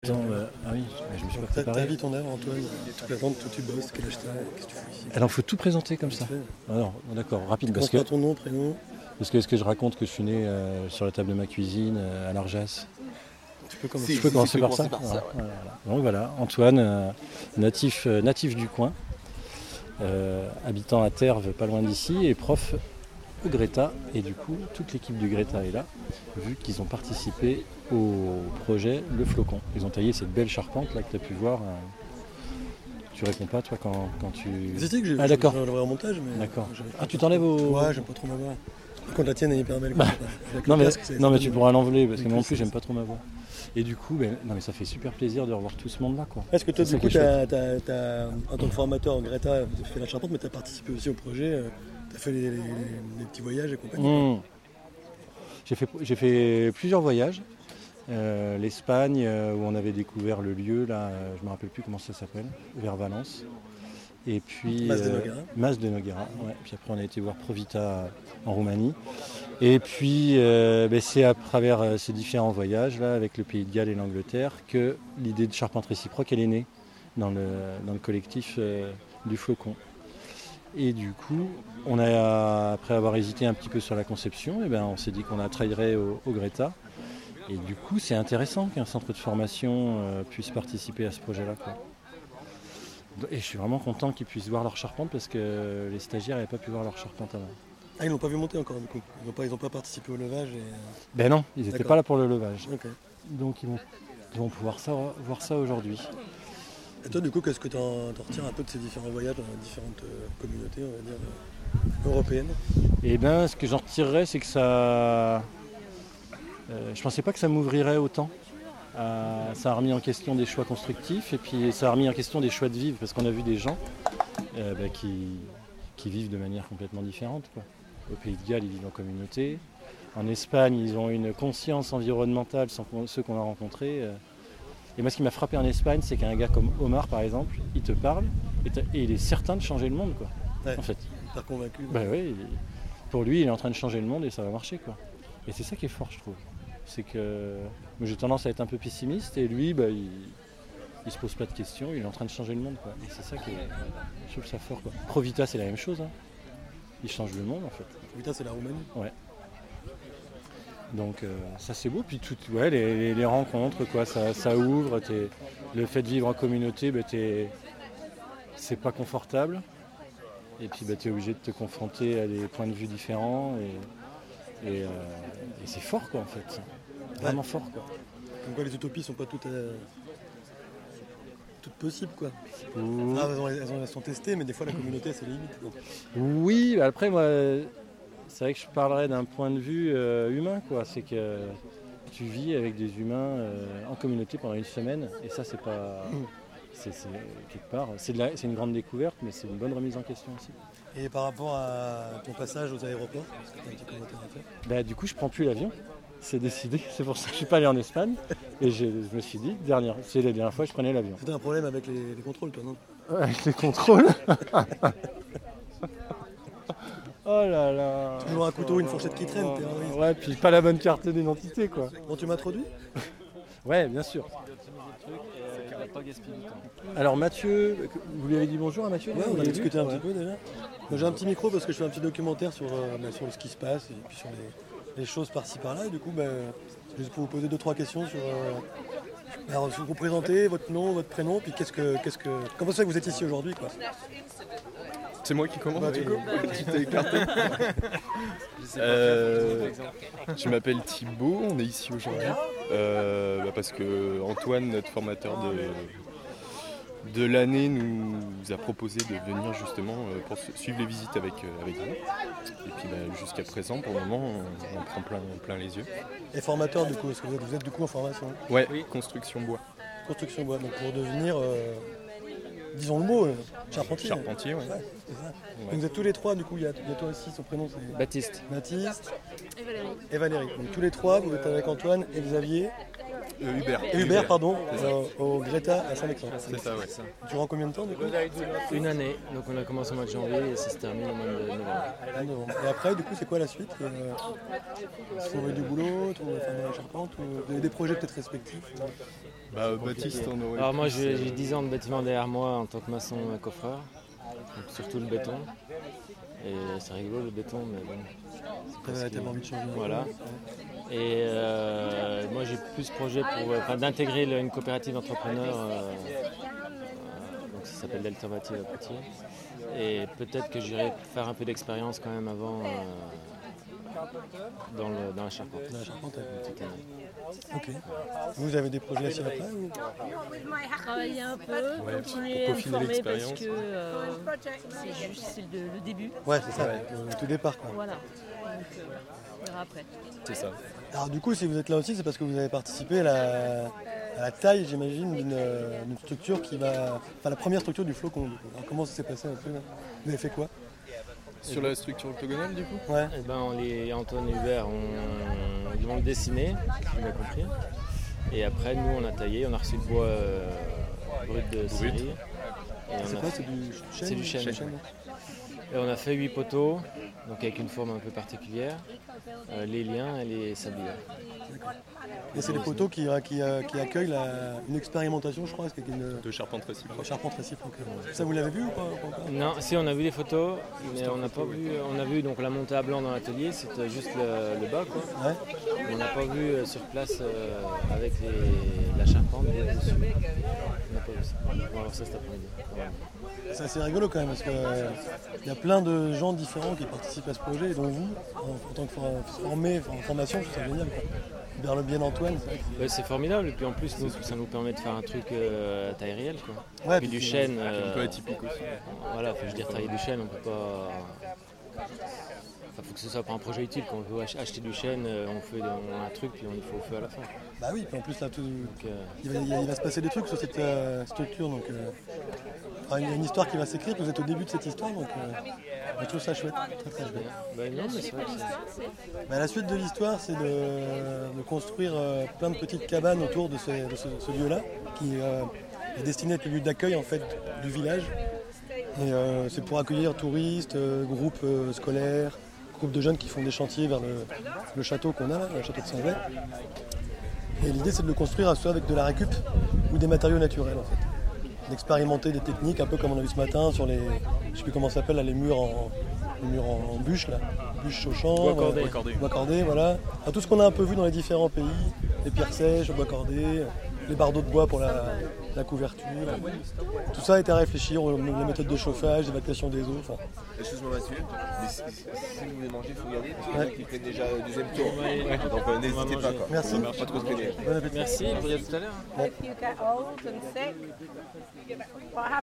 Ah oui, je me suis pas préparé. Ta vie, ton œuvre, Antoine, tu présentes, toi tu bosses, quel âge t'as, qu'est-ce que tu fais ici? Alors, faut tout présenter comme ça. Alors, d'accord, rapide, parce que Ton nom, prénom. est-ce que je raconte que je suis né sur la table de ma cuisine à l'Arjas? Tu peux commencer. Je peux commencer par ça. Voilà. Donc voilà, Antoine, natif du coin, habitant à Terve, pas loin d'ici, et prof au Greta. Et du coup, toute l'équipe du Greta est là, vu qu'ils ont participé au projet Le Flocon. Ils ont taillé cette belle charpente là que tu as pu voir. Tu réponds pas toi quand tu... C'est que j'ai d'accord. Je en montage, mais... D'accord. Tu t'enlèves au... Ouais, j'aime pas trop ma voix. Par contre, la tienne est hyper belle. Non mais tu pourras l'enlever, parce que moi non plus, j'aime pas trop ma voix. Et du coup, non mais ça fait super plaisir de revoir tout ce monde-là, quoi. Est-ce que toi, du coup, en tant que formateur en Greta, tu as fait la charpente, mais tu as participé aussi au projet, tu as fait les petits voyages et compagnie. J'ai fait plusieurs voyages. L'Espagne, où on avait découvert le lieu, là, je me rappelle plus comment ça s'appelle, vers Valence. Et puis Mas de Noguera, ouais. Puis après on a été voir Provita en Roumanie. Et puis c'est à travers ces différents voyages là, avec le Pays de Galles et l'Angleterre, que l'idée de charpente réciproque elle est née dans le collectif du Flocon. Et du coup, après avoir hésité un petit peu sur la conception, on s'est dit qu'on la travaillerait au Greta. Et du coup, c'est intéressant qu'un centre de formation puisse participer à ce projet-là, quoi. Et je suis vraiment content qu'ils puissent voir leur charpente, parce que les stagiaires n'avaient pas pu voir leur charpente avant. Ah, ils l'ont pas vu monter encore, du coup. Ils n'ont pas participé au levage Ben non, ils n'étaient pas là pour le levage. Okay. Donc ils vont pouvoir voir ça aujourd'hui. Et toi, du coup, qu'est-ce que tu en retires un peu de ces différents voyages dans différentes communautés, on va dire, européennes? Eh bien, ce que j'en retirerais, c'est que ça... je pensais pas que ça m'ouvrirait autant. Ça a remis en question des choix constructifs, et puis ça a remis en question des choix de vivre, parce qu'on a vu des gens qui vivent de manière complètement différente, quoi. Au Pays de Galles, ils vivent en communauté. En Espagne, ils ont une conscience environnementale, ceux qu'on a rencontrés. Et moi, ce qui m'a frappé en Espagne, c'est qu'un gars comme Omar, par exemple, il te parle et il est certain de changer le monde, quoi. Ouais, en fait. T'as convaincu. Oui, pour lui, il est en train de changer le monde et ça va marcher, quoi. Et c'est ça qui est fort, je trouve. C'est que moi, j'ai tendance à être un peu pessimiste, et lui, il se pose pas de questions, il est en train de changer le monde, quoi. Et c'est ça qui est, je trouve ça fort, quoi. Provita, c'est la même chose, hein. Il change le monde, en fait. Provita, c'est la Roumanie. Ouais. Donc ça c'est beau, puis les rencontres, quoi, ça ouvre, le fait de vivre en communauté, c'est pas confortable, et puis tu es obligé de te confronter à des points de vue différents, et c'est fort, quoi, en fait, vraiment fort, quoi. Comme quoi les utopies sont pas toutes possibles, quoi. Elles sont testées, mais des fois la communauté c'est limite, quoi. Oui, après moi... C'est vrai que je parlerais d'un point de vue humain, quoi. C'est que tu vis avec des humains en communauté pendant une semaine, et ça, c'est pas... C'est quelque part... C'est une grande découverte, mais c'est une bonne remise en question aussi. Et par rapport à ton passage aux aéroports, est-ce que tu as un petit commentaire à faire? Du coup, je prends plus l'avion. C'est décidé. C'est pour ça que je suis pas allé en Espagne. Et je me suis dit, c'est la dernière fois que je prenais l'avion. C'était un problème avec les contrôles, toi, non? Avec les contrôles. Oh là là. Toujours un couteau, une fourchette qui traîne, t'es horrible. Ouais, puis pas la bonne carte d'identité, quoi. Bon, tu m'introduis? Ouais, bien sûr. Alors Mathieu, vous lui avez dit bonjour à Mathieu? Ouais, on a discuté un petit peu déjà. Moi, j'ai un petit micro parce que je fais un petit documentaire sur ce qui se passe, et puis sur les choses par-ci par-là. Et du coup, juste pour vous poser 2-3 questions sur... Alors, vous présentez votre nom, votre prénom, puis comment ça que vous êtes ici aujourd'hui, quoi? C'est moi qui commence, du coup. Tu t'es écarté. Je m'appelle Thibaut, on est ici aujourd'hui parce que Antoine, notre formateur de l'année, nous a proposé de venir justement pour suivre les visites avec vous. Et puis jusqu'à présent, pour le moment, on prend plein les yeux. Et formateur, du coup, est-ce que vous êtes du coup en formation? Ouais, oui. Construction bois. Construction bois, donc pour devenir... disons le mot, charpentier. Charpentier, ouais. C'est ça. Ouais. Vous êtes tous les trois, du coup, il y a toi aussi, son prénom c'est Baptiste. Et Valérie. Donc tous les trois, vous êtes avec Antoine et Xavier. Hubert, pardon, au Greta à Saint-Lexan. C'est ça, ouais. Durant combien de temps du coup? Une année, donc on a commencé au mois de janvier et ça se termine au mois de novembre. Et après, du coup, c'est quoi la suite? Trouver du boulot, faire de la charpente, ou des projets peut-être respectifs? Baptiste, on aurait. Alors moi j'ai 10 ans de bâtiment derrière moi en tant que maçon coffreur, donc surtout le béton. Et c'est rigolo le béton, mais bon. T'avais tellement envie de changer. Voilà. Et moi j'ai plus projet d'intégrer une coopérative d'entrepreneurs, donc ça s'appelle l'Alternative à Poitiers. Et peut-être que j'irai faire un peu d'expérience quand même avant dans la charpente. Dans la charpente, Une petite année. Ok. Vous avez des projets aussi après ou... Travailler un peu, continuer pour à me peaufiner former l'expérience. parce que c'est le début. Ouais, c'est ça, le tout départ quoi. Voilà. Donc on verra après. C'est ça. Alors du coup, si vous êtes là aussi, c'est parce que vous avez participé à la taille, j'imagine, d'une structure qui va... Enfin, la première structure du Flocon. Du coup. Alors, comment ça s'est passé un peu là? Vous avez fait quoi? Sur la structure octogonale, du coup? Ouais. Et ben Antoine et Hubert ils vont le dessiner, si tu l'as compris. Et après nous on a taillé, on a reçu le bois brut de Syrie. C'est quoi? C'est du chêne? C'est du chêne. Et on a fait 8 poteaux, donc avec une forme un peu particulière, les liens et les sablières. Et c'est des poteaux qui accueillent une expérimentation, je crois, avec De charpente réciproque. charpente réciproque. Ça, vous l'avez vu ou pas encore? Non, si on a vu des photos, mais on n'a pas vu. On a vu donc la montée à blanc dans l'atelier, c'était juste le bas quoi. Ouais. On n'a pas vu sur place avec la charpente dessus. On n'a pas vu ça. On va voir ça cet après-midi. Voilà. C'est assez rigolo quand même parce qu'il y a plein de gens différents qui participent à ce projet et dont vous, en tant que formé en formation, je trouve ça génial quoi. Vers le bien Antoine, c'est vrai que C'est formidable et puis en plus ça nous permet de faire un truc à taille réelle quoi. Ouais, puis puis du c'est chêne. Un peu atypique aussi. Voilà, je veux dire travailler du chêne, on peut pas. Enfin, faut que ce soit pas un projet utile. Quand on veut acheter du chêne, on fait un truc puis on y faut au feu à la fin. Bah oui, puis en plus là, Donc, il va se passer des trucs sur cette structure, donc il y a une histoire qui va s'écrire, vous êtes au début de cette histoire, donc je trouve ça chouette, très très chouette. non, mais c'est vrai que La suite de l'histoire, c'est de construire plein de petites cabanes autour de ce lieu-là, qui est destiné à être le lieu d'accueil en fait du village. Et c'est pour accueillir touristes, groupes scolaires, groupes de jeunes qui font des chantiers vers le château qu'on a, le château de Saint-Vay. Et l'idée, c'est de le construire soit avec de la récup ou des matériaux naturels en fait. D'expérimenter des techniques, un peu comme on a vu ce matin sur les, je sais plus comment ça s'appelle, là, les murs en bûche, là, bûche au champ, bois cordé, voilà. Enfin, tout ce qu'on a un peu vu dans les différents pays, les pierres sèches, le bois cordé, les bardeaux de bois pour la couverture. Tout ça a été à réfléchir, les méthodes de chauffage, d'évacuation des eaux. Enfin. Excuse-moi Mathieu, mais si vous voulez manger, il faut y aller parce qu'il y en a qui prennent déjà le deuxième tour. Donc n'hésitez pas quoi. Merci. Pas trop se traîner. Bon appétit. merci, pour dire tout à l'heure. If you get old and sick, what happens?